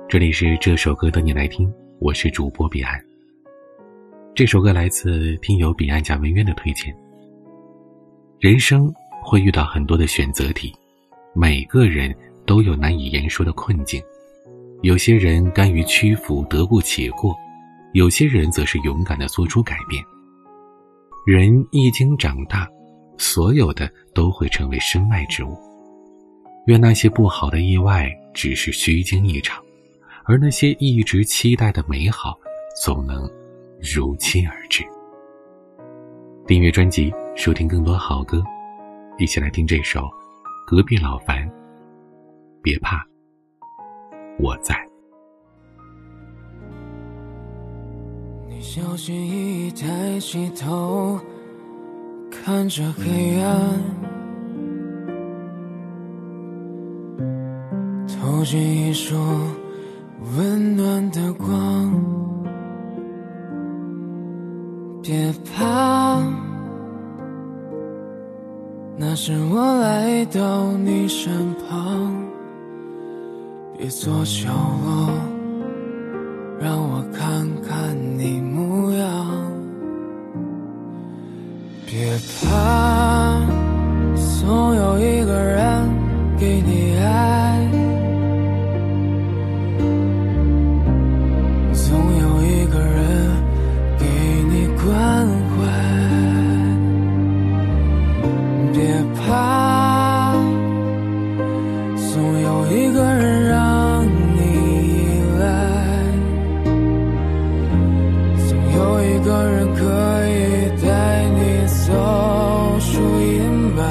这里是这首歌等你来听，我是主播彼岸。这首歌来自听友彼岸贾文渊的推荐。人生会遇到很多的选择题，每个人都有难以言说的困境，有些人甘于屈服得过且过，有些人则是勇敢地做出改变。人一经长大，所有的都会成为身外之物。愿那些不好的意外只是虚惊一场，而那些一直期待的美好总能如期而至。订阅专辑，收听更多好歌，一起来听这首《隔壁老樊》。别怕，我在。 你小心翼翼抬起头，看着黑暗，投进一束温暖的光。别怕，那是我来到你身旁。别坐角落，让我看看你模样。别怕，总有一个人给你爱，总有一个人给你关怀。别怕，总有一个人让你依赖，总有一个人可以带你走出阴霾。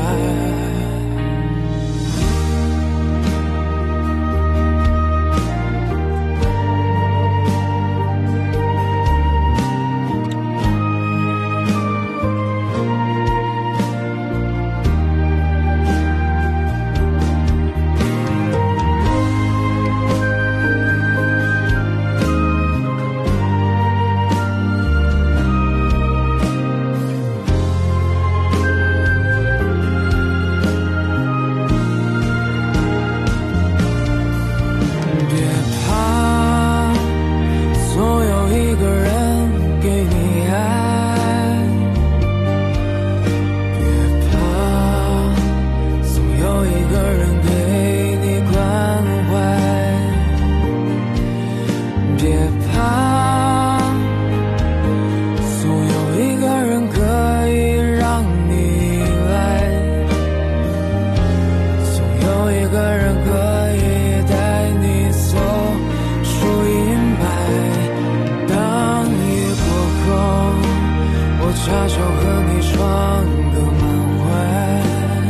恰巧和你闯个满怀，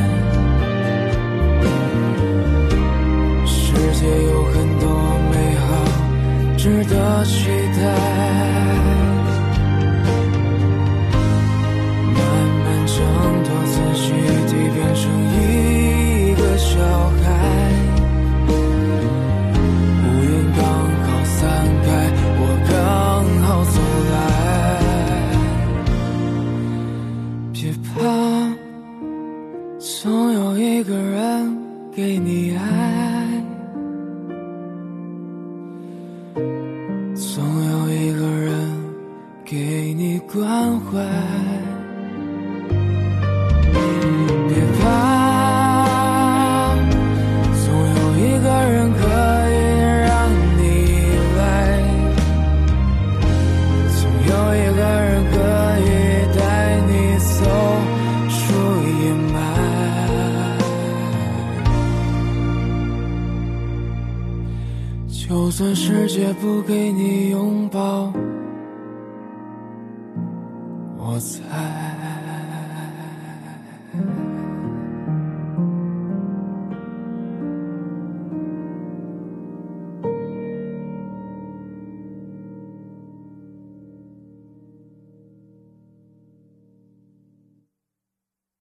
世界有很多美好值得期待。慢慢挣脱自己，地变成一个小孩。乌云刚好散开，我刚好走来。别怕，总有一个人给你爱，总有一个人给你关怀。别怕，总有一个人可以让你依赖，总有一个人可以带你走出阴霾。就算世界不给你拥抱，我在。